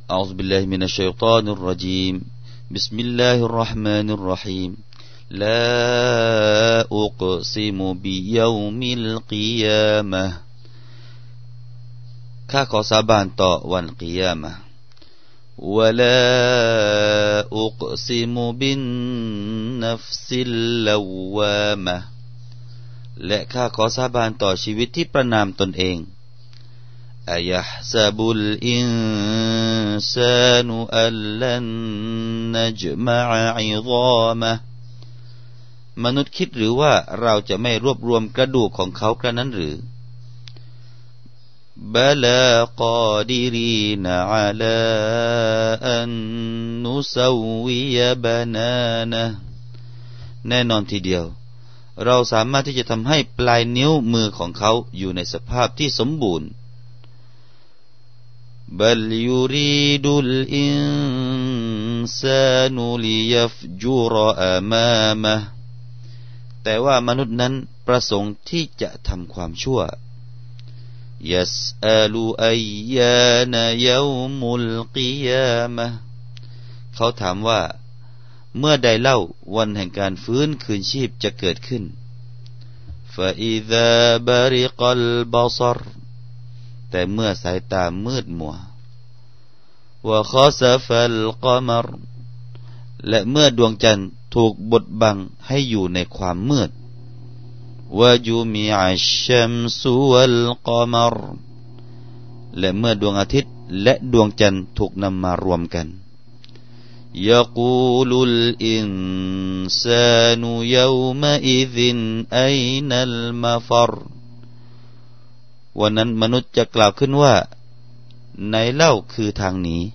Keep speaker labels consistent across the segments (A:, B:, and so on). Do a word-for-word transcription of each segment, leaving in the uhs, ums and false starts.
A: أعوذ بالله من الشيطان الرجيم بسم الله الرحمن الرحيم لا أقسم بيوم القيامة ข้าขอสาบานต่อวันกิยามะห์ ولا أقسم بالنفس اللوامة และข้าขอสาบานต่อชีวิตที่ประนามตนเองأيحسب الإنسان أن لن نجمع عظامه มนุษย์คิดหรือว่าเราจะไม่รวบรวมกระดูกของเขากระนั้นหรือบะลากอดิรีนอะลาอันนุซววิยะบะนานะแน่นอนทีเดียวเราสามารถที่จะทำให้ปลายนิ้วมือของเขาอยู่ในสภาพที่สมบูรณ์بل يريد الإنسان ليفجر أمامه แต่ว่ามนุษย์นั้นประสงค์ที่จะทำความชั่ว يسأل أيان يوم القيامة เขาถามว่าเมื่อใดเล่าวันแห่งการฟื้นคืนชีพจะเกิดขึ้น فإذا برق البصرแต่เมื่อสายตามืดมัววะคอซะฟัลกอมัรและเมื่อดวงจันทร์ถูกบดบังให้อยู่ในความมืดวะจุมิอัชชัมซุวัลกอมัรและเมื่อดวงอาทิตย์และดวงจันทร์ถูกนำมารวมกันยะกูลุลอินซานุยอมะอิซินอัยนัลมะฟัรวันนั้นมนุษย์จะกล่าวขึ้นว่าไหนเล่าคือทางหนี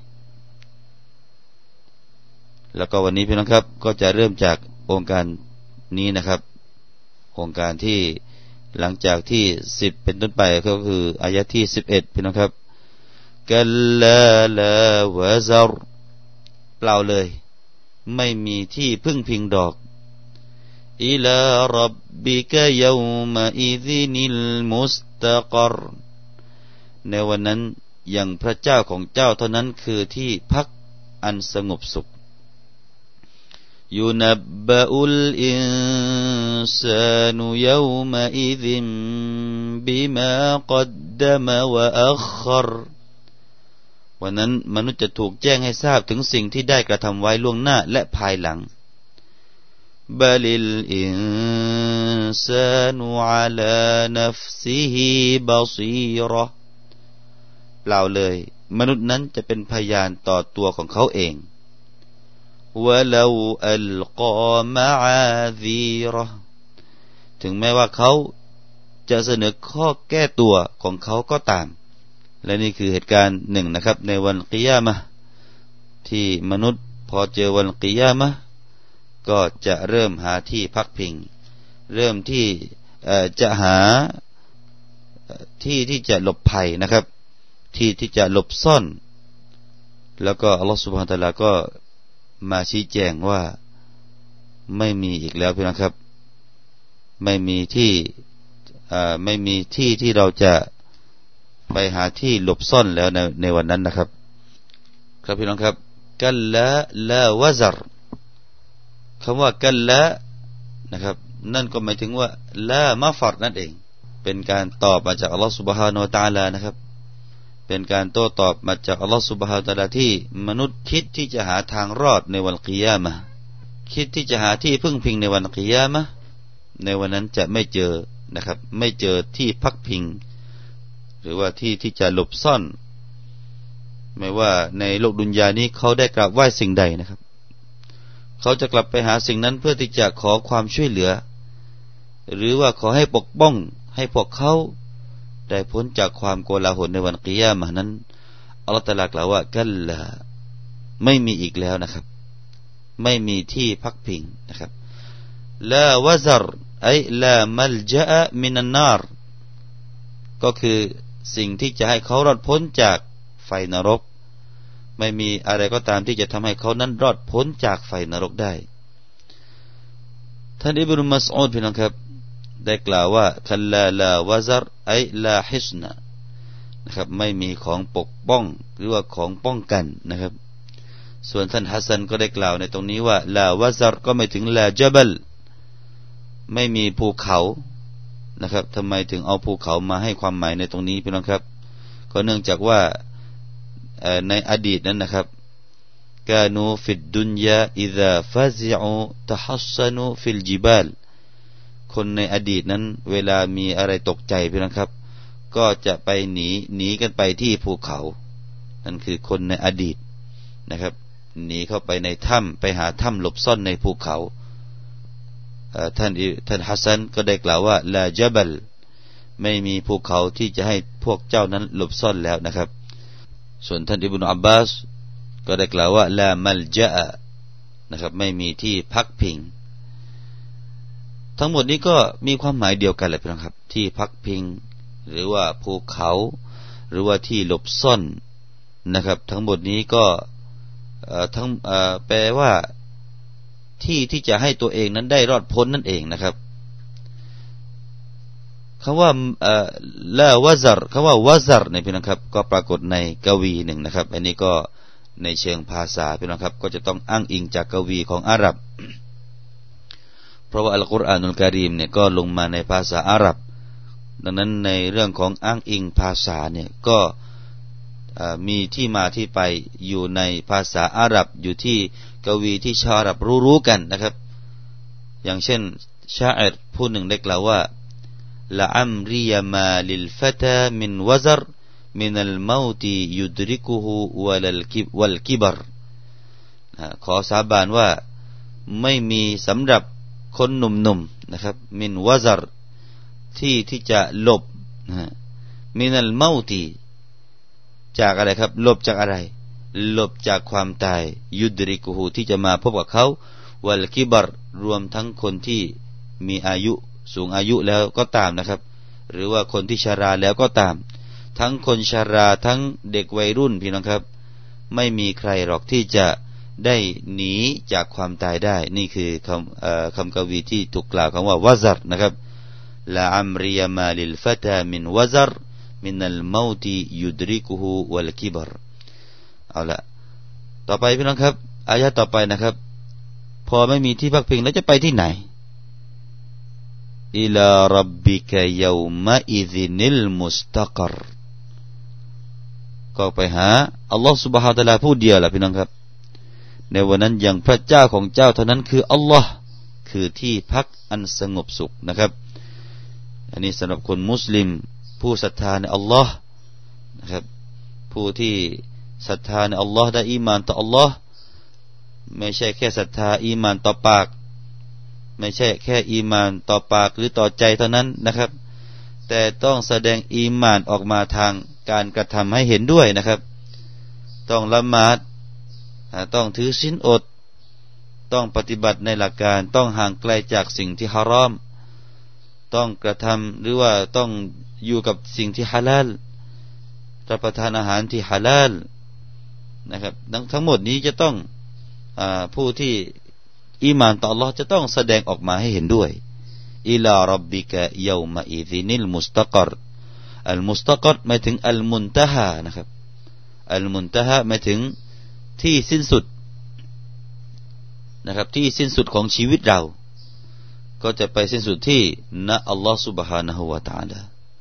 A: แล้วก็วันนี้พี่น้องครับก็จะเริ่มจากองค์การนี้นะครับองค์การที่หลังจากที่สิบเป็นต้นไปก็คืออายะที่สิบเอ็ดพี่น้องครับกัลลาลาวะซัรเปล่าเลยไม่มีที่พึ่งพิงดอกอิลาร็อบบิกะยอมะอิซินิลมุสตะกรในวันนั้นอย่างพระเจ้าของเจ้าเท่านั้นคือที่พักอันสงบสุขยุนับบะอุลอินซานุยอมะอิซิมบิมากัดดะมะวะอัคครวันนั้นมนุษย์จะถูกแจ้งให้ทราบถึงสิ่งที่ได้กระทำไว้ล่วงหน้าและภายหลังบะลิลอินซานุอะลานัฟซิฮิบะซีเราะห์เปล่าเลยมนุษย์นั้นจะเป็นพยานต่อตัวของเขาเองวะลาอัลกอมะอาซีเราะห์ถึงแม้ว่าเขาจะเสนอข้อแก้ตัวของเขาก็ตามและนี่คือเหตุการณ์หนึ่งนะครับในวันกิยามะห์ที่มนุษย์พอเจอวันกิยามะห์ก็จะเริ่มหาที่พักพิงเริ่มที่จะหาที่ที่จะหลบภัยนะครับที่ที่จะหลบซ่อนแล้วก็อัลลอฮฺซุบฮานะฮูวะตะอาลาก็มาชี้แจงว่าไม่มีอีกแล้วพี่น้องครับไม่มีที่ไม่มีที่ที่เราจะไปหาที่หลบซ่อนแล้วในในวันนั้นนะครับครับพี่น้องครับกัลลาลาวะซัรคำว่ากัลละนะครับนั่นก็หมายถึงว่าละมะฟัรนั่นเองเป็นการตอบมาจากอัลลอฮฺซุบฮานะฮูวะตะอาลานะครับเป็นการโต้ตอบมาจากอัลลอฮฺซุบฮานะฮูวะตะอาลาที่มนุษย์คิดที่จะหาทางรอดในวันกิยามะห์คิดที่จะหาที่พึ่งพิงในวันกิยามะห์ในวันนั้นจะไม่เจอนะครับไม่เจอที่พักพิงหรือว่าที่ที่จะหลบซ่อนไม่ว่าในโลกดุนยานี้เขาได้กราบไหว้สิ่งใดนะครับเขาจะกลับไปหาสิ่งนั้นเพื่อที่จะขอความช่วยเหลือหรือว่าขอให้ปกป้องให้พวกเขาได้พ้นจากความโกลาหลในวันกิยามะห์นั้นอัลเลาะห์ตะอาลากล่าวว่ากัลลาไม่มีอีกแล้วนะครับไม่มีที่พักพิงนะครับลาวะซัรไอลามัลญะมินันนารก็คือสิ่งที่จะให้เขารอดพ้นจากไฟนรกไม่มีอะไรก็ตามที่จะทำให้เขานั้นรอดพ้นจากไฟนรกได้ท่านอิบนุมัสอูดพี่น้องครับได้กล่าวว่าคัลลาลาวะซัรไอลาฮิสนะนะครับไม่มีของปกป้องหรือว่าของป้องกันนะครับส่วนท่านฮัสซันก็ได้กล่าวในตรงนี้ว่าลาวะซัรก็ไม่ถึงลาญะบัลไม่มีภูเขานะครับทำไมถึงเอาภูเขามาให้ความหมายในตรงนี้พี่น้องครับก็เนื่องจากว่าในอดีตนั้นนะครับกานูฟิดดุนยาอิซาฟาซิอูตะฮัสซันูฟิลจิบาลคนในอดีตนั้นเวลามีอะไรตกใจพี่น้องครับก็จะไปหนีหนีกันไปที่ภูเขานั่นคือคนในอดีตนะครับหนีเข้าไปในถ้ำไปหาถ้ำหลบซ่อนในภูเขาท่านท่านฮัสซันก็ได้กล่าวว่าลาญะบัลไม่มีภูเขาที่จะให้พวกเจ้านั้นหลบซ่อนแล้วนะครับส่วนท่านอิบนุอับบาสก็ได้กล่าวว่าลามัลญะอะนะครับไม่มีที่พักพิงทั้งหมดนี้ก็มีความหมายเดียวกันแหละพี่น้องครับที่พักพิงหรือว่าภูเขาหรือว่าที่หลบซ่อนนะครับทั้งหมดนี้ก็ทั้งแปลว่าที่ที่จะให้ตัวเองนั้นได้รอดพ้นนั่นเองนะครับคำว่าลาวะซัรคำว่าวะซัรเนี่ยพี่น้องครับก็ปรากฏในกวีหนึ่งนะครับอันนี้ก็ในเชิงภาษาพี่น้องครับก็จะต้องอ้างอิงจากกวีของอาหรับเพราะว่าอัลกุรอานุลกะรีมเนี่ยก็ลงมาในภาษาอาหรับดังนั้นในเรื่องของอ้างอิงภาษาเนี่ยก็มีที่มาที่ไปอยู่ในภาษาอาหรับอยู่ที่กวีที่ชาวอาหรับรู้ๆกันนะครับอย่างเช่นชาอิรผู้หนึ่งได้กล่าวว่าละอัมริยมาลิลฟะตามินวะซัรมินัลเมาติยุดริกุฮุวะลัลกิวัลกิบรขอสาบานว่าไม่มีสำหรับคนหนุ่มๆนะครับมินวะซัรที่ที่จะหลบมินัลเมาติจากอะไรครับหลบจากอะไรหลบจากความตายยุดริกุฮูที่จะมาพบกับเขาวัลกิบรรวมทั้งคนที่มีอายุสูงอายุแล้วก็ตามนะครับหรือว่าคนที่ชราแล้วก็ตามทั้งคนชราทั้งเด็กวัยรุ่นพี่น้องครับไม่มีใครหรอกที่จะได้หนีจากความตายได้นี่คือคำคำกวีที่ถูกกล่าวคำว่าวะซัรนะครับละอัมริยามาลิลฟะตามินวะซัรมินัลเมาติยุดริกุฮุวัลกิบรเอาละต่อไปพี่น้องครับอายะต่อไปนะครับพอไม่มีที่พักพิงแล้วจะไปที่ไหนอิลาร็อบบิกะยอมะอิซินิลมุสตะกรก็ไปหาอัลลอฮฺ سبحانه และ تعالى ผู้เดียวล่ะพี่น้องครับในวันนั้นอย่างพระเจ้าของเจ้าเท่านั้นคืออัลลอฮ์คือที่พักอันสงบสุขนะครับอันนี้สำหรับคนมุสลิมผู้ศรัทธาในอัลลอฮ์นะครับผู้ที่ศรัทธาในอัลลอฮ์ได้อีหม่านต่ออัลลอฮ์ไม่ใช่แค่ศรัทธาอีหม่านต่อปากไม่ใช่แค่อีหม่านต่อปากหรือต่อใจเท่านั้นนะครับแต่ต้องแสดงอีหม่านออกมาทางการกระทำให้เห็นด้วยนะครับต้องละหมาดต้องถือศีลอดต้องปฏิบัติในหลักการต้องห่างไกลจากสิ่งที่ฮารอมต้องกระทำหรือว่าต้องอยู่กับสิ่งที่ฮาลาลรับประทานอาหารที่ฮาลาลนะครับทั้งหมดนี้จะต้องอ่าผู้ที่อีหม่านต่ออัลเลาะห์จะต้องแสดงออกมาให้เห็นด้วยอิลาร็อบบิกะยอมะอิซินิลมุสตะกรอัลมุสตะกรหมายถึงอัลมุนตะฮานะครับอัลมุนตะฮาหมายถึงที่สิ้นสุดนะครับที่สิ้นสุดของชีวิตเราก็จะไปสิ้นสุดที่ณอัลลอฮฺ سبحانه และ تعالى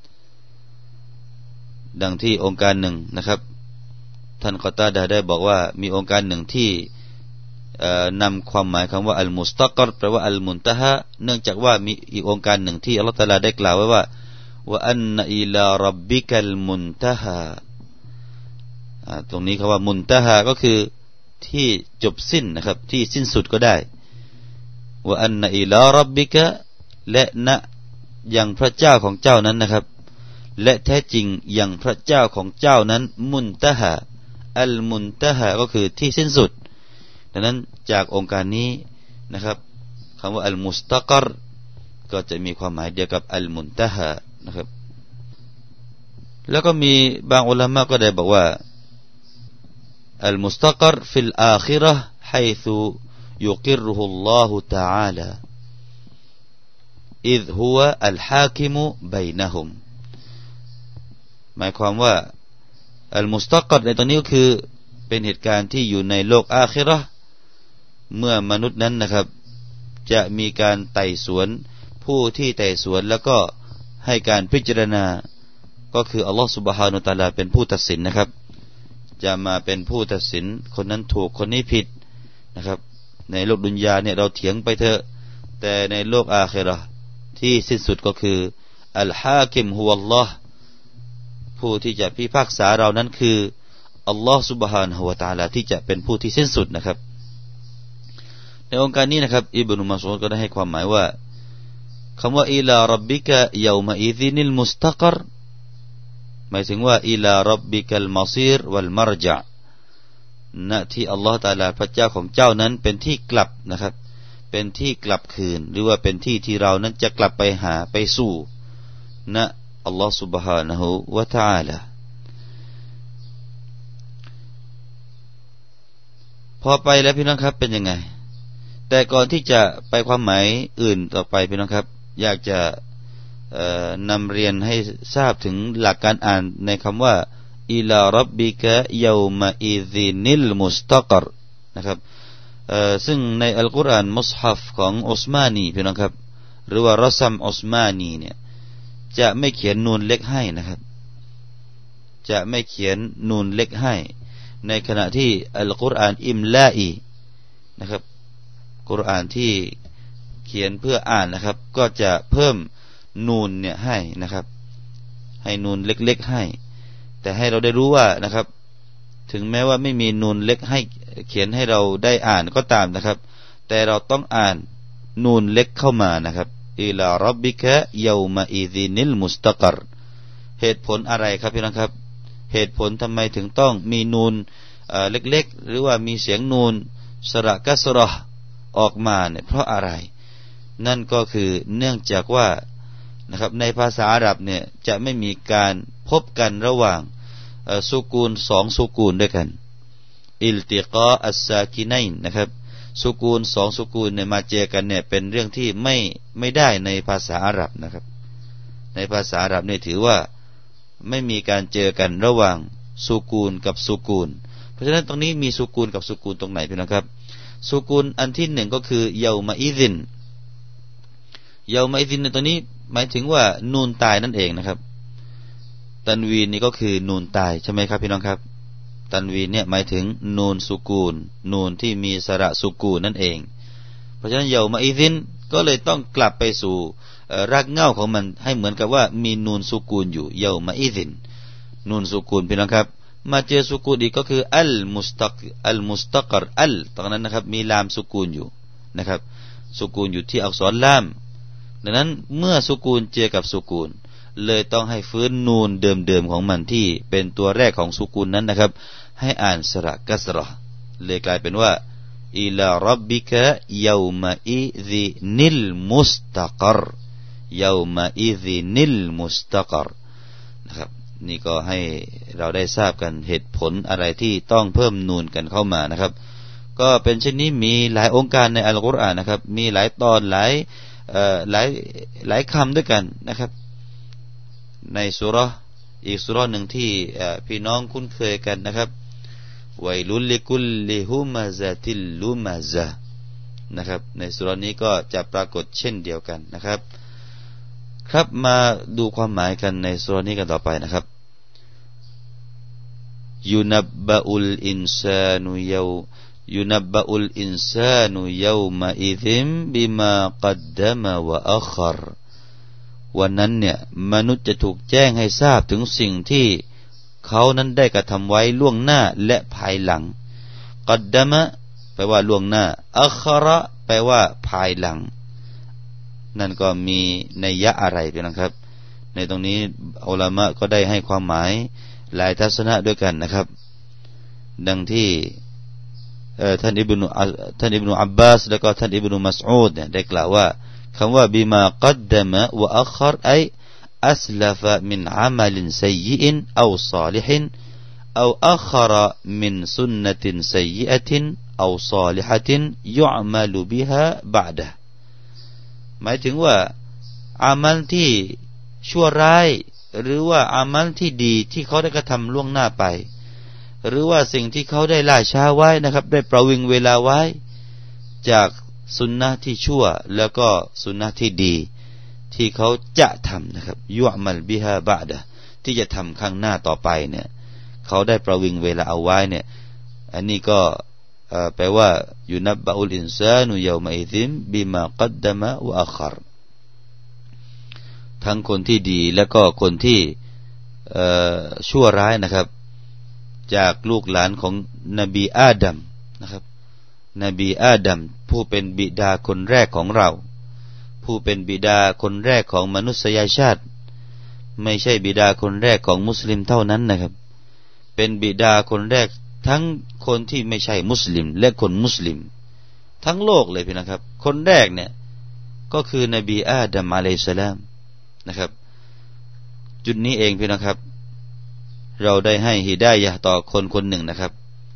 A: ดังที่องค์การหนึ่งนะครับท่านกอตาดะห์ได้บอกว่ามีองค์การหนึ่งที่นำความหมายคำว่าอัลมุสตะกรแปลว่าอัลมุนตะฮาเนื่องจากว่ามีอีกองค์การหนึ่งที่อัลเลาะห์ตะอาลาได้กล่าวไว้ว่าว่าอันนะอิลาร็อบบิกัลมุนตะฮาตรงนี้คำว่ามุนตะฮาก็คือที่จบสิ้นนะครับที่สิ้นสุดก็ได้ว่าอันนะอิลาร็อบบิกะและณยังพระเจ้าของเจ้านั้นนะครับและแท้จริงยังพระเจ้าของเจ้านั้นมุนตะฮาอัลมุนตะฮาก็คือที่สิ้นสุดดังนั้นจากองค์การนี้นะครับคำว่าอัลมุสตะกรก็จะมีความหมายเดียวกับอัลมุนตะฮานะครับแล้วก็มีบางอุลามะก็ได้บอกว่าอัลมุสตะกรฟิลอาคิเราะห์حيث يقره الله تعالى إذ هو الحاكم بينهمหมายความว่าอัลมุสตักรในตรงนี้ก็คือเป็นเหตุการณ์ที่อยู่ในโลกอาคิเราะห์เมื่อมนุษย์นั้นนะครับจะมีการไต่สวนผู้ที่ไต่สวนแล้วก็ให้การพิจารณาก็คืออัลลอฮฺซุบฮานะฮูวะตะอาลาเป็นผู้ตัดสินนะครับจะมาเป็นผู้ตัดสินคนนั้นถูกคนนี้ผิดนะครับในโลกดุนยาเนี่ยเราเถียงไปเถอะแต่ในโลกอาคิเราะห์ที่สิ้นสุดก็คืออัลฮาคิมฮุวัลลอฮ์ผู้ที่จะพิพากษาเรานั้นคืออัลลอฮฺซุบฮานะฮูวะตะอาลาที่จะเป็นผู้ที่สิ้นสุดนะครับในองค์การนี้นะครับอิบนุมัสอูดก็ได้ให้ความหมายว่าคำว่าอิลาร็อบบิกะยอมะอิซินิลมุสตักรหมายถึงว่าอิลาร็อบบิกัลมัซีรวัลมัรจะณที่อัลลอฮฺตะอาลาพระเจ้าของเจ้านั้นเป็นที่กลับนะครับเป็นที่กลับคืนหรือว่าเป็นที่ที่เรานั้นจะกลับไปหาไปสู่ณอัลลอฮฺ سبحانه และ تعالى พอไปแล้วพี่น้องครับเป็นยังไงแต่ก่อนที่จะไปความหมายอื่นต่อไปพี่น้องครับอยากจะนำเรียนให้ทราบถึงหลักการอ่านในคำว่าอิลาร็อบบิกะยอมะอิซินิลมุสตักรนะครับซึ่งในอัลกุรอานมุศฮัฟของอุสมานีพี่น้องครับหรือว่ารัซัมอุสมานีเนี่ยจะไม่เขียนนูนเล็กให้นะครับจะไม่เขียนนูนเล็กให้ในขณะที่อัลกุรอานอิมลาอีนะครับกุรอานที่เขียนเพื่ออ่านนะครับก็จะเพิ่มนูนเนี่ยให้นะครับให้นูนเล็กๆให้แต่ให้เราได้รู้ว่านะครับถึงแม้ว่าไม่มีนูนเล็กให้เขียนให้เราได้อ่านก็ตามนะครับแต่เราต้องอ่านนูนเล็กเข้ามานะครับอิลาร็อบบิกะยอมะอิซินิลมุสตักรเหตุผลอะไรครับพี่น้องครับเหตุผลทำไมถึงต้องมีนูนเอ่อเล็กๆหรือว่ามีเสียงนูนสระกัสเราะห์ออกมาเนี่ยเพราะอะไรนั่นก็คือเนื่องจากว่านะครับในภาษาอาหรับเนี่ยจะไม่มีการพบกันระหว่างสุกูนสองสุกูนด้วยกันอิลติกาอัสซากินัยน์นะครับสุกูนสองสุกูนเนี่ยมาเจอกันเนี่ยเป็นเรื่องที่ไม่ไม่ได้ในภาษาอาหรับนะครับในภาษาอาหรับเนี่ยถือว่าไม่มีการเจอกันระหว่างสุกูนกับสุกูนเพราะฉะนั้นตรงนี้มีสุกูนกับสุกูนตรงไหนพี่น้องครับสุกูนอันที่หนึ่งก็คือเยามาอิซินเยามาอิซินในตรงนี้หมายถึงว่านูนตายนั่นเองนะครับตันวีนนี่ก็คือนูนตายใช่ไหมครับพี่น้องครับตันวีนเนี่ยหมายถึงนูนสุกูนนูนที่มีสระสุกูนนั่นเองเพราะฉะนั้นเยามาอิซินก็เลยต้องกลับไปสู่รากเหง้าของมันให้เหมือนกับว่ามีนูนสุกูนอยู่เยามาอิซินนูนสุกูนพี่น้องครับมาเจอสุกูนอีกก็คืออัลมุสตักอัลมุสตักรอัลตรงนั้นนะครับมีลามสุกูนอยู่นะครับสุกูนอยู่ที่อักษรลามดังนั้นเมื่อสุกูนเจอกับสุกูนเลยต้องให้ฟื้นนูนเดิมๆของมันที่เป็นตัวแรกของสุกูนนั้นนะครับให้อ่านสระกัสเราะห์เลยกลายเป็นว่าอิลาร็อบบิกะยอมะอิซินิลมุสตักรยอมะอิซินิลมุสตักรนะครับนี่ก็ให้เราได้ทราบกันเหตุผลอะไรที่ต้องเพิ่มนูนกันเข้ามานะครับก็เป็นเช่นนี้มีหลายองค์การในอัลกุรอานนะครับมีหลายตอนหลายเอ่อหลายหลายคำด้วยกันนะครับในซูเราะห์อีกซูเราะห์หนึ่งที่พี่น้องคุ้นเคยกันนะครับวัยลุลลิกุลลิฮุมะซะติลลุมะซะนะครับในซูเราะห์นี้ก็จะปรากฏเช่นเดียวกันนะครับครับมาดูความหมายกันในซูเราะห์นี้กันต่อไปนะครับยุนับบะอุลอินซานุยายุนับบะอุลอินซานุยามะอิซิมบิมากัดดะมะวะอัครวันนั้นเนี่ยมนุษย์จะถูกแจ้งให้ทราบถึงสิ่งที่เขานั้นได้กระทำไว้ล่วงหน้าและภายหลังกัดดะมะแปลว่าล่วงหน้าอัคระแปลว่าภายหลังนั่นก็มีนัยยะอะไรพี่น้องครับในตรงนี้อุลามะก็ได้ให้ความหมายหลายทัศนะด้วยกันนะครับดังที่ท่านอิบนุท่านอิบนุอับบาสแล้วก็ท่านอิบนุมัสอูดเนี่ยได้กล่าวว่าคำว่าบิมากัดดะมะวะอัครไออัสลฟะมินอามัลินซัยยินเอาศาลิฮินเอาอัครมินสุนนะตินซัยยิอะตินเอาศาลิฮะตินยุอมัลบิฮาบะอ์ดะห์หมายถึงว่าอามัลที่ชั่วร้ายหรือว่าอามัลที่ดีที่เขาได้กระทำล่วงหน้าไปหรือว่าสิ่งที่เขาได้ล่าช้าไว้นะครับได้ประวิงเวลาไว้จากสุนนะที่ชั่วแล้วก็สุนนะที่ดีที่เขาจะทำนะครับยุอมัลบิฮาบะดะที่จะทำข้างหน้าต่อไปเนี่ยเขาได้ประวิงเวลาเอาไว้เนี่ยอันนี้ก็แปลว่ายุนับบะอุลอินซานุยอมะอิซิมบิมากัดดะมะวะอัครทั้งคนที่ดีและก็คนที่ชั่วร้ายนะครับจากลูกหลานของนบีอาดัมนะครับนบีอาดัมผู้เป็นบิดาคนแรกของเราผู้เป็นบิดาคนแรกของมนุษยชาติไม่ใช่บิดาคนแรกของมุสลิมเท่านั้นนะครับเป็นบิดาคนแรกทั้งคนที่ไม่ใช่มุสลิมและคนมุสลิมทั้งโลกเลยพี่นะครับคนแรกเนี่ยก็คือนบีอาดัมอะลัยฮิสสลามนะครับจุดนี้เองพี่นะครับเราได้ให้ฮิดายะห์ต่อคนคนหนึ่งนะครับ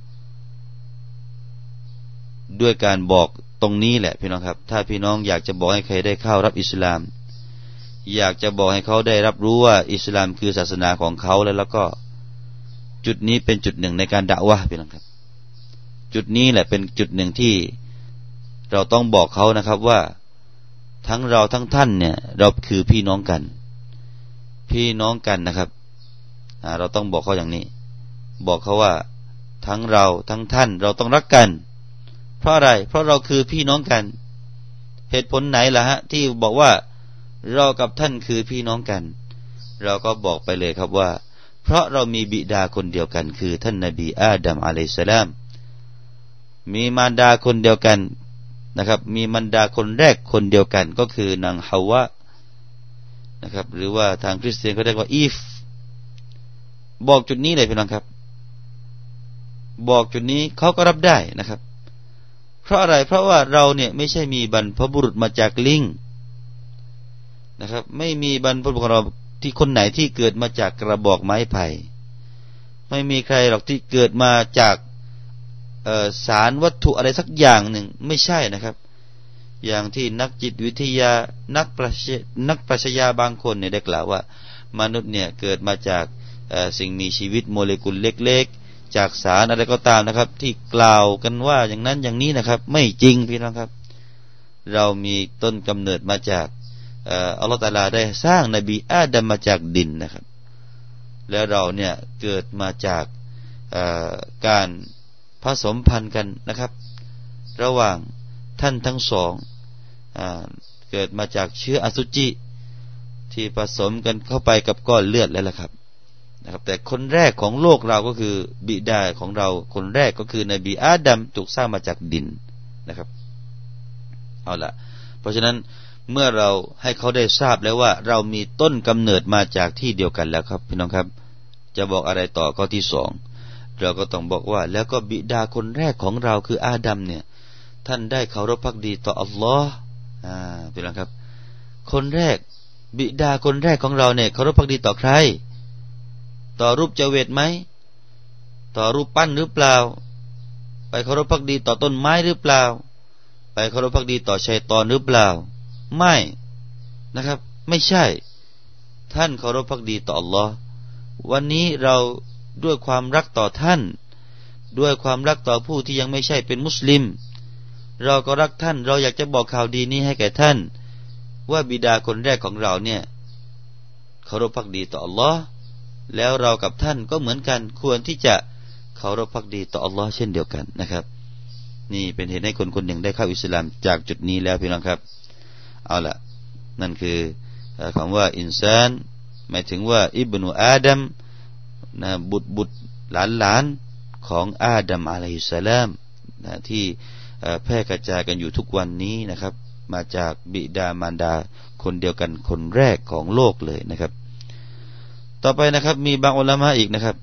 A: ด้วยการบอกตรงนี้แหละพี่น้องครับถ้าพี่น้องอยากจะบอกให้ใครได้เข้ารับอิสลามอยากจะบอกให้เขาได้รับรู้ว่าอิสลามคือศาสนาของเขาแล้วแล้วก็จุดนี้เป็นจุดหนึ่งในการดะอ์วะห์พี่น้องครับจุดนี้แหละเป็นจุดหนึ่งที่เราต้องบอกเขานะครับว่าทั้งเราทั้งท่านเนี่ยเราคือพี่น้องกันพี่น้องกันนะครับเราต้องบอกเขาอย่างนี้บอกเขาว่าทั้งเราทั้งท่านเราต้องรักกันเพราะอะไรเพราะเราคือพี่น้องกันเหตุผลไหนล่ะฮะที่บอกว่าเรากับท่านคือพี่น้องกันเราก็บอกไปเลยครับว่าเพราะเรามีบิดาคนเดียวกันคือท่านนบีอาดัมอะลัยฮิสสลามมีมารดาคนเดียวกันนะครับมีมารดาคนแรกคนเดียวกันก็คือนางฮาวะนะครับหรือว่าทางคริสเตียนเขาเรียกว่าอีฟบอกจุดนี้เลยพี่น้องครับบอกจุดนี้เขาก็รับได้นะครับเพราะอะไรเพราะว่าเราเนี่ยไม่ใช่มีบรรพบุรุษมาจากลิงนะครับไม่มีบรรพบุรุษของเราที่คนไหนที่เกิดมาจากกระบอกไม้ไผ่ไม่มีใครหรอกที่เกิดมาจากสารวัตถุอะไรสักอย่างหนึ่งไม่ใช่นะครับอย่างที่นักจิตวิทยานักปรัชญานักปรัชญาบางคนเนี่ยได้กล่าวว่ามนุษย์เนี่ยเกิดมาจากสิ่งมีชีวิตโมเลกุลเล็กๆจากสารอะไรก็ตามนะครับที่กล่าวกันว่าอย่างนั้นอย่างนี้นะครับไม่จริงพี่น้องครับเรามีต้นกำเนิดมาจากอัลลอฮฺตะอาลาได้สร้างนบีอาดัมมาจากดินนะครับแล้วเราเนี่ยเกิดมาจากการผสมพันธุ์กันนะครับระหว่างท่านทั้งสองเกิดมาจากเชื้ออสุจิที่ผสมกันเข้าไปกับก้อนเลือดแล้วล่ะครับนะครับแต่คนแรกของโลกเราก็คือบิดาของเราคนแรกก็คือนบีอาดัมถูกสร้างมาจากดินนะครับเอาละเพราะฉะนั้นเมื่อเราให้เขาได้ทราบแล้วว่าเรามีต้นกำเนิดมาจากที่เดียวกันแล้วครับพี่น้องครับจะบอกอะไรต่อข้อที่สองเราก็ต้องบอกว่าแล้วก็บิดาคนแรกของเราคืออาดัมเนี่ยท่านได้เคารพภักดีต่ออัลลอฮ์อ่าพี่น้องครับคนแรกบิดาคนแรกของเราเนี่ยเคารพภักดีต่อใครต่อรูปเจเวตไหมต่อรูปปั้นหรือเปล่าไปเคารพภักดีต่อต้นไม้หรือเปล่าไปเคารพภักดีต่อชัยฏอนหรือเปล่าไม่นะครับไม่ใช่ท่านเคารพภักดีต่ออัลลอฮ์วันนี้เราด้วยความรักต่อท่านด้วยความรักต่อผู้ที่ยังไม่ใช่เป็นมุสลิมเราก็รักท่านเราอยากจะบอกข่าวดีนี้ให้แก่ท่านว่าบิดาคนแรกของเราเนี่ยเคารพภักดีต่ออัลลอฮ์แล้วเรากับท่านก็เหมือนกันควรที่จะเคารพภักดีต่ออัลลอฮ์เช่นเดียวกันนะครับนี่เป็นเหตุให้คนคนหนึ่งได้เข้าอิสลามจากจุดนี้แล้วพี่น้องครับเอาล่ะนั่นคือคำว่าอินซานหมายถึงว่าอิบนุอาดัมนะบุตรบุตรหลานหลานของอาดัมอะลัยฮิสสลามนะที่แพร่กระจายกันอยู่ทุกวันนี้นะครับมาจากบิดามารดาคนเดียวกันคนแรกของโลกเลยนะครับต่อไปนะครับมีบางอุลามะอีกนะครับ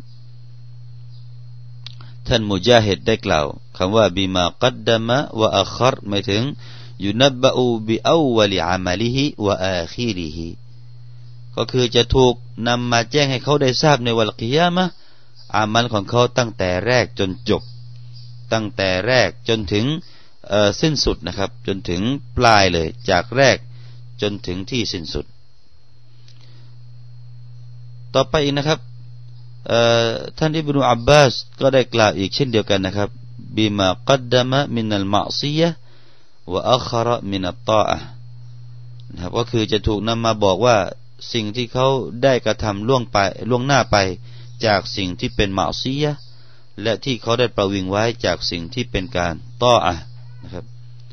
A: ท่านมุจาฮิดได้กล่าวคำว่าบิมากัดดะมะวะอัครหมายถึงยุนับบะอูบิอาวลิอามัลิฮิวะอาคิริฮิก็คือจะถูกนำมาแจ้งให้เขาได้ทราบในวันกิยามะห์อามัลของเขาตั้งแต่แรกจนจบตั้งแต่แรกจนถึงสิ้นสุดนะครับจนถึงปลายเลยจากแรกจนถึงที่สิ้นสุดต่อไปอีกนะครับท่านอิบนุอับบาสก็ได้กล่าวอีกเช่นเดียวกันนะครับบิมากัดดามะมินัลมะซียะห์วะอัคเราะห์มินัตฏออะห์นะครับก็คือจะถูกนำมาบอกว่าสิ่งที่เขาได้กระทำล่วงไปล่วงหน้าไปจากสิ่งที่เป็นมะซียะห์และที่เขาได้ประวิงไว้จากสิ่งที่เป็นการฏออะห์นะครับ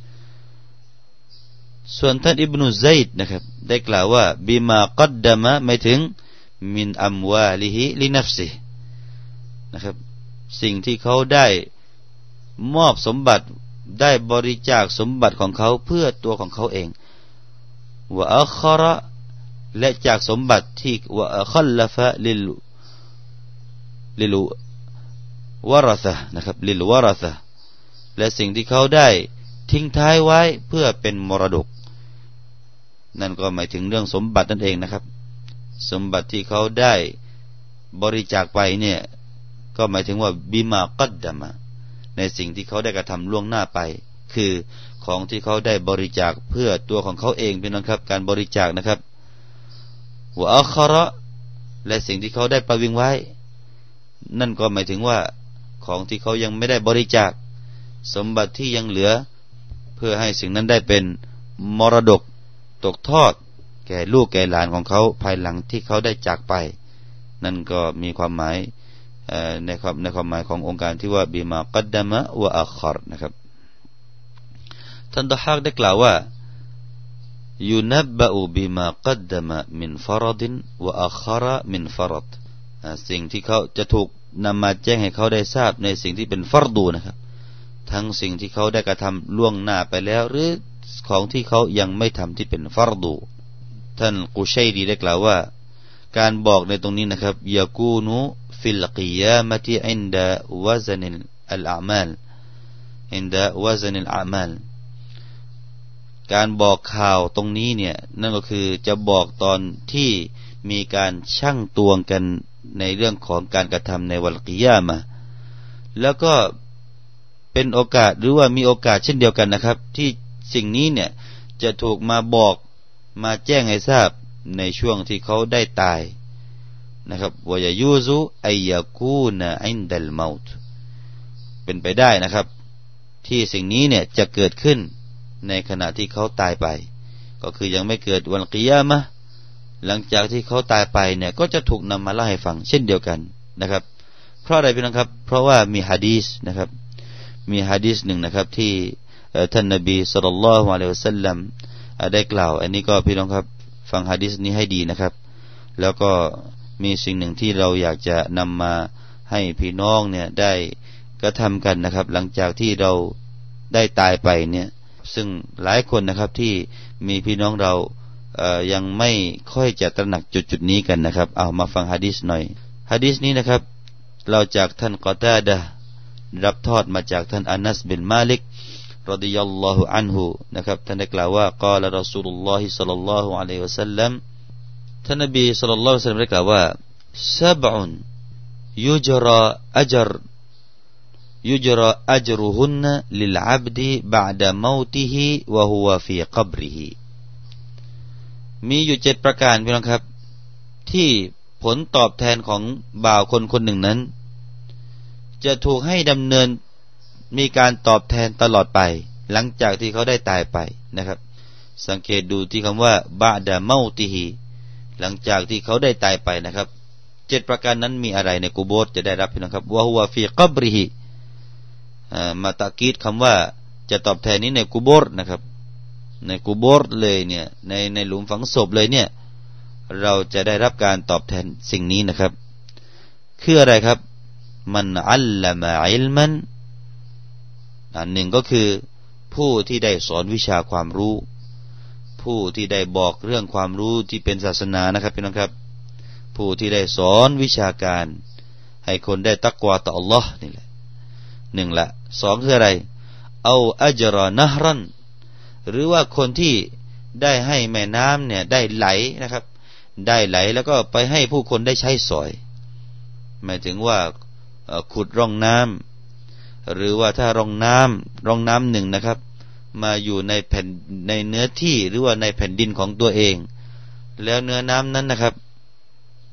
A: ส่วนท่านอิบนุซัยด์นะครับได้กล่าวว่าบิมากัดดามะหมายถึงมินอัมวาลิฮิลินัฟซิฮินะครับสิ่งที่เขาได้มอบสมบัติได้บริจาคสมบัติของเขาเพื่อตัวของเขาเองวะอัคเราะห์และจากสมบัติที่วะคัลลฟะลิลลิลวะรษะห์นะครับลิลวะรษะห์และสิ่งที่เขาได้ทิ้งท้ายไว้เพื่อเป็นมรดกนั่นก็หมายถึงเรื่องสมบัตินั่นเองนะครับสมบัติที่เขาได้บริจาคไปเนี่ยก็หมายถึงว่าบิมากัดดามะในสิ่งที่เขาได้กระทำล่วงหน้าไปคือของที่เขาได้บริจาคเพื่อตัวของเขาเองพี่น้องครับการบริจาคนะครับวะอัคเราะห์และสิ่งที่เขาได้ประวิงไว้นั่นก็หมายถึงว่าของที่เขายังไม่ได้บริจาคสมบัติที่ยังเหลือเพื่อให้สิ่งนั้นได้เป็นมรดกตกทอดแก่ลูกแก่หลานของเขาภายหลังที่เขาได้จากไปนั่นก็มีความหมายในความในความหมายขององค์การที่ว่าบิมากัดดามะวะอัคเราะห์นะครับท่านดะฮากได้กล่าวว่ายุนับบะอุบิมากัดดามะมินฟารฎินวะอัคเราะห์มินฟารฎสิ่งที่เขาจะถูกนำมาแจ้งให้เขาได้ทราบในสิ่งที่เป็นฟัรดูนะครับทั้งสิ่งที่เขาได้กระทำล่วงหน้าไปแล้วหรือของที่เขายังไม่ทำที่เป็นฟัรดูท่านกุชัยรีได้กล่าวว่าการบอกในตรงนี้นะครับยะกูนุฟิลกิยามะติอินดะวะซันิลอัลอามัลอินดะวะซันิลอามัลการบอกข่าวตรงนี้เนี่ยนั่นก็คือจะบอกตอนที่มีการชั่งตวงกันในเรื่องของการกระทำในวันกิยามะห์แล้วก็เป็นโอกาสหรือว่ามีโอกาสเช่นเดียวกันนะครับที่สิ่งนี้เนี่ยจะถูกมาบอกมาแจ้งให้ทราบในช่วงที่เขาได้ตายนะครับวะยะยูซุอัยยะกูนะอินดัลเมาต์เป็นไปได้นะครับที่สิ่งนี้เนี่ยจะเกิดขึ้นในขณะที่เขาตายไปก็คือยังไม่เกิดวันกิยามะห์หลังจากที่เขาตายไปเนี่ยก็จะถูกนำมาเล่าให้ฟังเช่นเดียวกันนะครับเพราะอะไรพี่น้องครับเพราะว่ามีหะดีษนะครับมีหะดีษหนึ่งนะครับที่ท่านนบีศ็อลลัลลอฮุอะลัยฮิวะซัลลัมได้กล่าวอันนี้ก็พี่น้องครับฟังหะดีษนี้ให้ดีนะครับแล้วก็มีสิ่งหนึ่งที่เราอยากจะนำมาให้พี่น้องเนี่ยได้กระทำกันนะครับหลังจากที่เราได้ตายไปเนี่ยซึ่งหลายคนนะครับที่มีพี่น้องเราเอ่อยังไม่ค่อยจะตระหนักจุดๆนี้กันนะครับเอามาฟังหะดีษหน่อยหะดีษนี้นะครับเราจากท่านกอตาดะห์รับทอดมาจากท่านอานัสบินมาลิกรอฎิยัลลอฮุอันฮุนะครับท่านได้กล่าวว่ากล่าวรอซูลุลลอฮิศ็อลลัลลอฮุอะลัยฮิวะซัลลัมท่านนบีศ็อลลัลลอฮุอะลัยฮิวะซัลลัมได้กล่าวว่าซับอุนยุจราอัจรยุจราอัจรุฮุนนะลิลอับดิบะอ์ดะเมาติฮิวะฮุวะฟีกับริฮิมีอยู่เจ็ดประการพี่น้องครับที่ผลตอบแทนของบ่าวคนคนหนึ่งนั้นจะถูกให้ดำเนินมีการตอบแทนตลอดไปหลังจากที่เขาได้ตายไปนะครับสังเกตดูที่คำว่าบะอ์ดะเมาติฮิหลังจากที่เขาได้ตายไปนะครับเจ็ดประการนั้นมีอะไรในกุโบร์จะได้รับพี่น้องครับวะฮุวะฟีกับริฮิมาตะกีดคำว่าจะตอบแทนนี้ในกุโบร์นะครับในกุโบร์เลยเนี่ยในในหลุมฝังศพเลยเนี่ยเราจะได้รับการตอบแทนสิ่งนี้นะครับคืออะไรครับมันอัลละมะอิลมันอันหนึ่งก็คือผู้ที่ได้สอนวิชาความรู้ผู้ที่ได้บอกเรื่องความรู้ที่เป็นศาสนานะครับพี่น้องครับผู้ที่ได้สอนวิชาการให้คนได้ตักวาต่ออัลลอฮ์นี่แหละหนึ่งละสองคืออะไรเอาอัจรานะฮรันหรือว่าคนที่ได้ให้แม่น้ำเนี่ยได้ไหลนะครับได้ไหลแล้วก็ไปให้ผู้คนได้ใช้สอยหมายถึงว่าขุดร่องน้ำหรือว่าถ้าร่องน้ำร่องน้ำหนึ่งนะครับมาอยู่ในแผ่นในเนื้อที่หรือว่าในแผ่นดินของตัวเองแล้วเนื้อน้ำนั้นนะครับ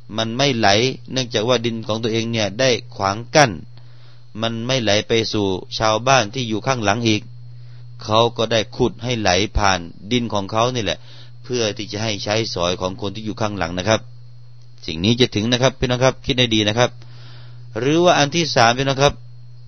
A: มันไม่ไหลเนื่องจากว่าดินของตัวเองเนี่ยได้ขวางกั้นมันไม่ไหลไปสู่ชาวบ้านที่อยู่ข้างหลังอีกเขาก็ได้ขุดให้ไหลผ่านดินของเขานี่แหละเพื่อที่จะให้ใช้สอยของคนที่อยู่ข้างหลังนะครับสิ่งนี้จะถึงนะครับพี่น้องครับคิดให้ดีนะครับหรือว่าอันที่สามพี่น้องครับ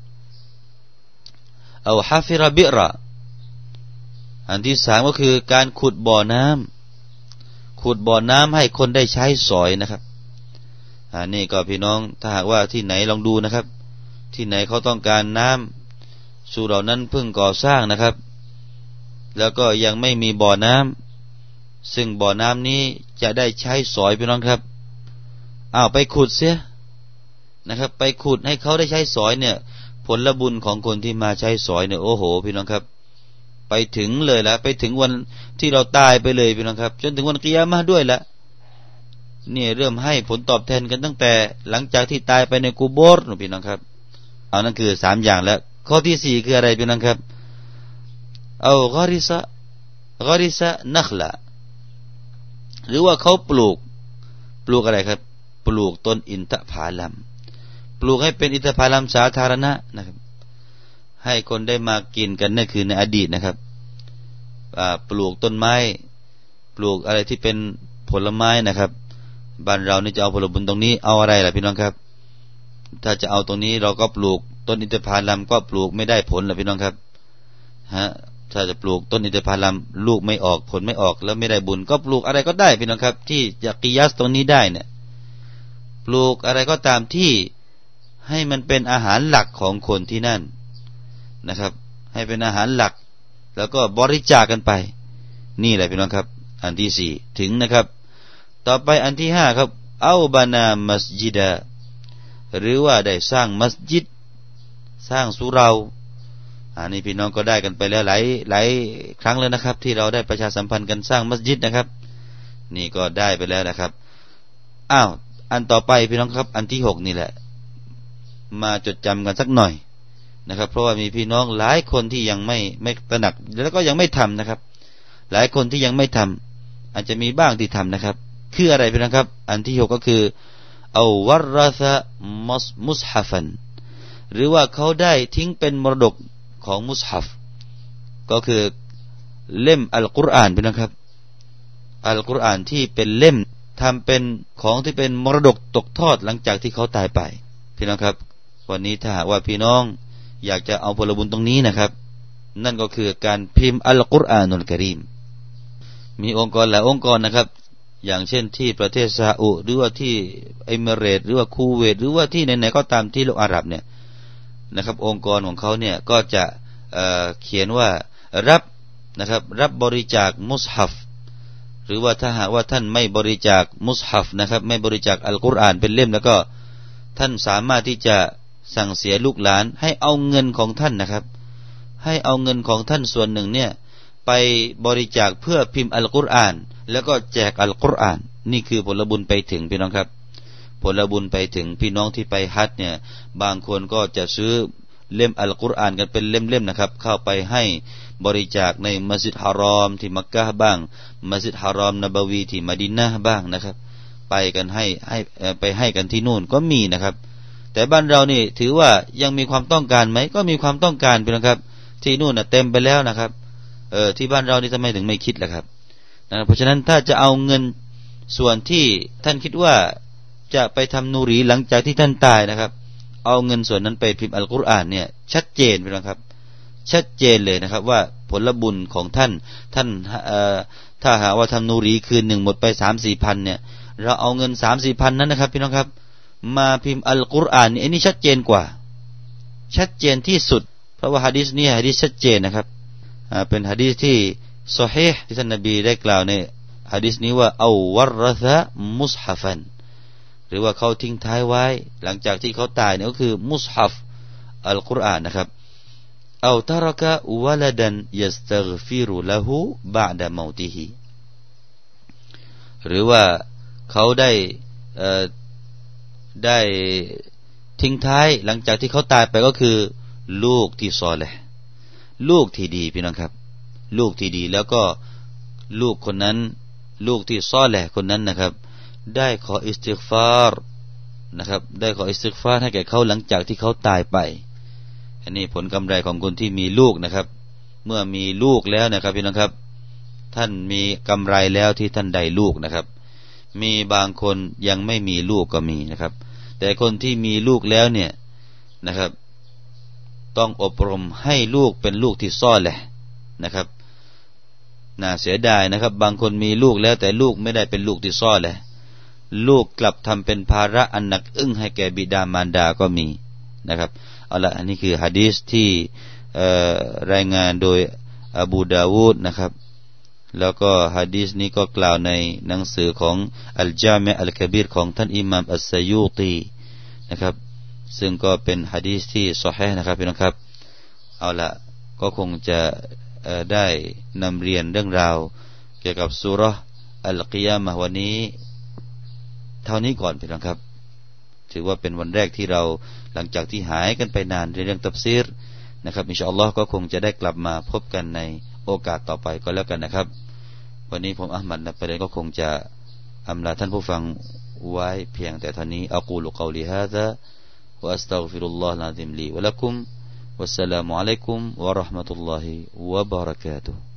A: เอาฮาฟิรบิระอันที่สามก็คือการขุดบ่อน้ำขุดบ่อน้ำให้คนได้ใช้สอยนะครับอันนี้ก็พี่น้องถ้าหากว่าที่ไหนลองดูนะครับที่ไหนเขาต้องการน้ำสู่เหล่านั้นเพิ่งก่อสร้างนะครับแล้วก็ยังไม่มีบ่อน้ำซึ่งบ่อน้ำนี้จะได้ใช้สอยพี่น้องครับอ้าวไปขุดเสียนะครับไปขุดให้เขาได้ใช้สอยเนี่ยผลบุญของคนที่มาใช้สอยเนี่ยโอ้โหพี่น้องครับไปถึงเลยละไปถึงวันที่เราตายไปเลยพี่น้องครับจนถึงวันกิยามะห์ด้วยละเนี่ยเริ่มให้ผลตอบแทนกันตั้งแต่หลังจากที่ตายไปในกุโบร์พี่น้องครับเอานั่นคือสามอย่างแล้วข้อที่สี่คืออะไรพี่น้องครับเอากอริซะกอริซะนักละหรือว่าเขาปลูกปลูกอะไรครับปลูกต้นอินทผลัมปลูกให้เป็นอินทผลัมสาธารณะนะครับให้คนได้มากินกันนั่นคือในอดีตนะครับปลูกต้นไม้ปลูกอะไรที่เป็นผลไม้นะครับบ้านเรานี่จะเอาผลบุญตรงนี้เอาอะไรล่ะพี่น้องครับถ้าจะเอาตรงนี้เราก็ปลูกต้นอินทผลัมก็ปลูกไม่ได้ผลล่ะพี่น้องครับฮะถ้าจะปลูกต้นอินทผลัมลูกไม่ออกผลไม่ออกแล้วไม่ได้บุญก็ปลูกอะไรก็ได้พี่น้องครับที่จะกิยาสตรงนี้ได้เนี่ยปลูกอะไรก็ตามที่ให้มันเป็นอาหารหลักของคนที่นั่นนะครับให้เป็นอาหารหลักแล้วก็บริจาคกันไปนี่แหละพี่น้องครับอันที่สี่ถึงนะครับต่อไปอันที่ห้าครับเอาบานามัสยิดะหรือว่าได้สร้างมัสยิดสร้างสุเราอันนี้พี่น้องก็ได้กันไปแล้วหลายหลายครั้งแล้วนะครับที่เราได้ประชาสัมพันธ์กันสร้างมัสยิดนะครับนี่ก็ได้ไปแล้วนะครับอ้าวอันต่อไปพี่น้องครับอันที่หกนี่แหละมาจดจำกันสักหน่อยนะครับเพราะว่ามีพี่น้องหลายคนที่ยังไม่ไม่ตระหนักแล้วก็ยังไม่ทำนะครับหลายคนที่ยังไม่ทำอาจจะมีบ้างที่ทำนะครับคืออะไรพี่น้องครับอันที่หกก็คือเอาวรรษะมุสมุสฮัฟันหรือว่าเขาได้ทิ้งเป็นมรดกของมุสฮัฟก็คือเล่มอัลกุรอานพี่น้องครับอัลกุรอานที่เป็นเล่มทำเป็นของที่เป็นมรดกตกทอดหลังจากที่เขาตายไปพี่น้องครับวันนี้ถ้าหากว่าพี่น้องอยากจะเอาผลบุญตรงนี้นะครับนั่นก็คือการพิมพ์อัลกุรอานุลกะรีมมีองค์กรหลายองค์กรนะครับอย่างเช่นที่ประเทศซาอุหรือว่าที่เอมิเรตส์หรือว่าคูเวตหรือว่าที่ไหนๆก็ตามที่โลกอาหรับเนี่ยนะครับองค์กรของเขาเนี่ยก็จะเอ่อเขียนว่ารับนะครับรับบริจาคมุสฮัฟหรือว่าถ้าหากว่าท่านไม่บริจาคมุสฮัฟนะครับไม่บริจาคอัลกุรอานเป็นเล่มแล้วก็ท่านสามารถที่จะสั่งเสียลูกหลานให้เอาเงินของท่านนะครับให้เอาเงินของท่านส่วนหนึ่งเนี่ยไปบริจาคเพื่อพิมพ์อัลกุรอานแล้วก็แจกอัลกุรอานนี่คือผลบุญไปถึงพี่น้องครับผลบุญไปถึงพี่น้องที่ไปฮัจญ์เนี่ยบางคนก็จะซื้อเล่มอัลกุรอานกันเป็นเล่มๆนะครับเข้าไปให้บริจาคในมัสยิดฮารอมที่มักกะฮ์บ้างมัสยิดฮารอมนบวีที่มะดีนะห์บ้างนะครับไปกันให้ให้ไปให้กันที่นู่นก็มีนะครับแต่บ้านเรานี่ถือว่ายังมีความต้องการไหมก็มีความต้องการพี่น้องครับที่นู่นน่ะเต็มไปแล้วนะครับเออที่บ้านเรานี่ทำไมถึงไม่คิดล่ะครับนะเพราะฉะนั้นถ้าจะเอาเงินส่วนที่ท่านคิดว่าจะไปทำนูรีหลังจากที่ท่านตายนะครับเอาเงินส่วนนั้นไปพิมพ์อัลกุรอานเนี่ยชัดเจนพี่น้องครับชัดเจนเลยนะครับว่าผลบุญของท่านท่านเอ่อถ้าหากว่าทำนูรีคืนหนึ่งหมดไป สามสี่พัน เนี่ยเราเอาเงิน สามสี่พัน นั้นนะครับพี่น้องครับมาพิมพ์อัลกุรอานนี่อันนี้ชัดเจนกว่าชัดเจนที่สุดเพราะว่าหะดีษนี้หะดีษชัดเจนนะครับอ่าเป็นหะดีษที่ซอฮีห์ที่ท่านนบีได้กล่าวในหะดีษนี้ว่าเอาวรรษะมุสฮัฟันหรือว่าเขาทิ้งท้ายไว้หลังจากที่เขาตายเนี่ยก็คือมุสฮัฟอัลกุรอานนะครับเอาตะรกะวะลาดันยัสตัฆฟิรุละฮูบะอ์ดะเมาติฮิหรือว่าเขาได้เอ่อได้ทิ้งท้ายหลังจากที่เขาตายไปก็คือลูกที่ซอลิห์ลูกที่ดีพี่น้องครับลูกที่ดีแล้วก็ลูกคนนั้นลูกที่ซอลิห์คนนั้นนะครับได้ขออิสติฆฟารนะครับได้ขออิสติฆฟารให้แก่เขาหลังจากที่เขาตายไปอันนี้ผลกำไรของคนที่มีลูกนะครับเมื่อมีลูกแล้วนะครับพี่น้องครับท่านมีกำไรแล้วที่ท่านได้ลูกนะครับมีบางคนยังไม่มีลูกก็มีนะครับแต่คนที่มีลูกแล้วเนี่ยนะครับต้องอบรมให้ลูกเป็นลูกที่ซ่อนแหละนะครับน่าเสียดายนะครับบางคนมีลูกแล้วแต่ลูกไม่ได้เป็นลูกที่ซ่อนแหละลูกกลับทำเป็นภาระอันหนักอึ้งให้แก่บิดามารดาก็มีนะครับเอาละอันนี้คือหะดีษที่รายงานโดยอบูดาวูดนะครับแล้วก็หะดีษนี้ก็กล่าวในหนังสือของอัลจามิอัลกะบีรของท่านอิหม่ามอัสซัยยูตีนะครับซึ่งก็เป็นหะดีษที่ซอฮีห์นะครับพี่น้องครับเอาละก็คงจะได้นำเรียนเรื่องราวเกี่ยวกับซูเราะห์อัลกิยามะห์วันนี้เท่านี้ก่อนพี่น้องครับถือว่าเป็นวันแรกที่เราหลังจากที่หายกันไปนานในเรื่องตัฟซีรนะครับอินชาอัลลอฮ์ก็คงจะได้กลับมาพบกันในโอกาสต่อไปก็แล้วกันนะครับวันนี้ผมอะห์มัดนะประเด็นก็คงจะอำลาท่านผู้ฟังไว้เพียงแต่เท่านี้อะกูลุกอลิฮาซาวะอัสตัฆฟิรุลลอฮ์อะซีมลีวะละกุมวัสสลามุอะลัยกุมวะเราะห์มะตุลลอฮิวะบะเราะกาตุฮ์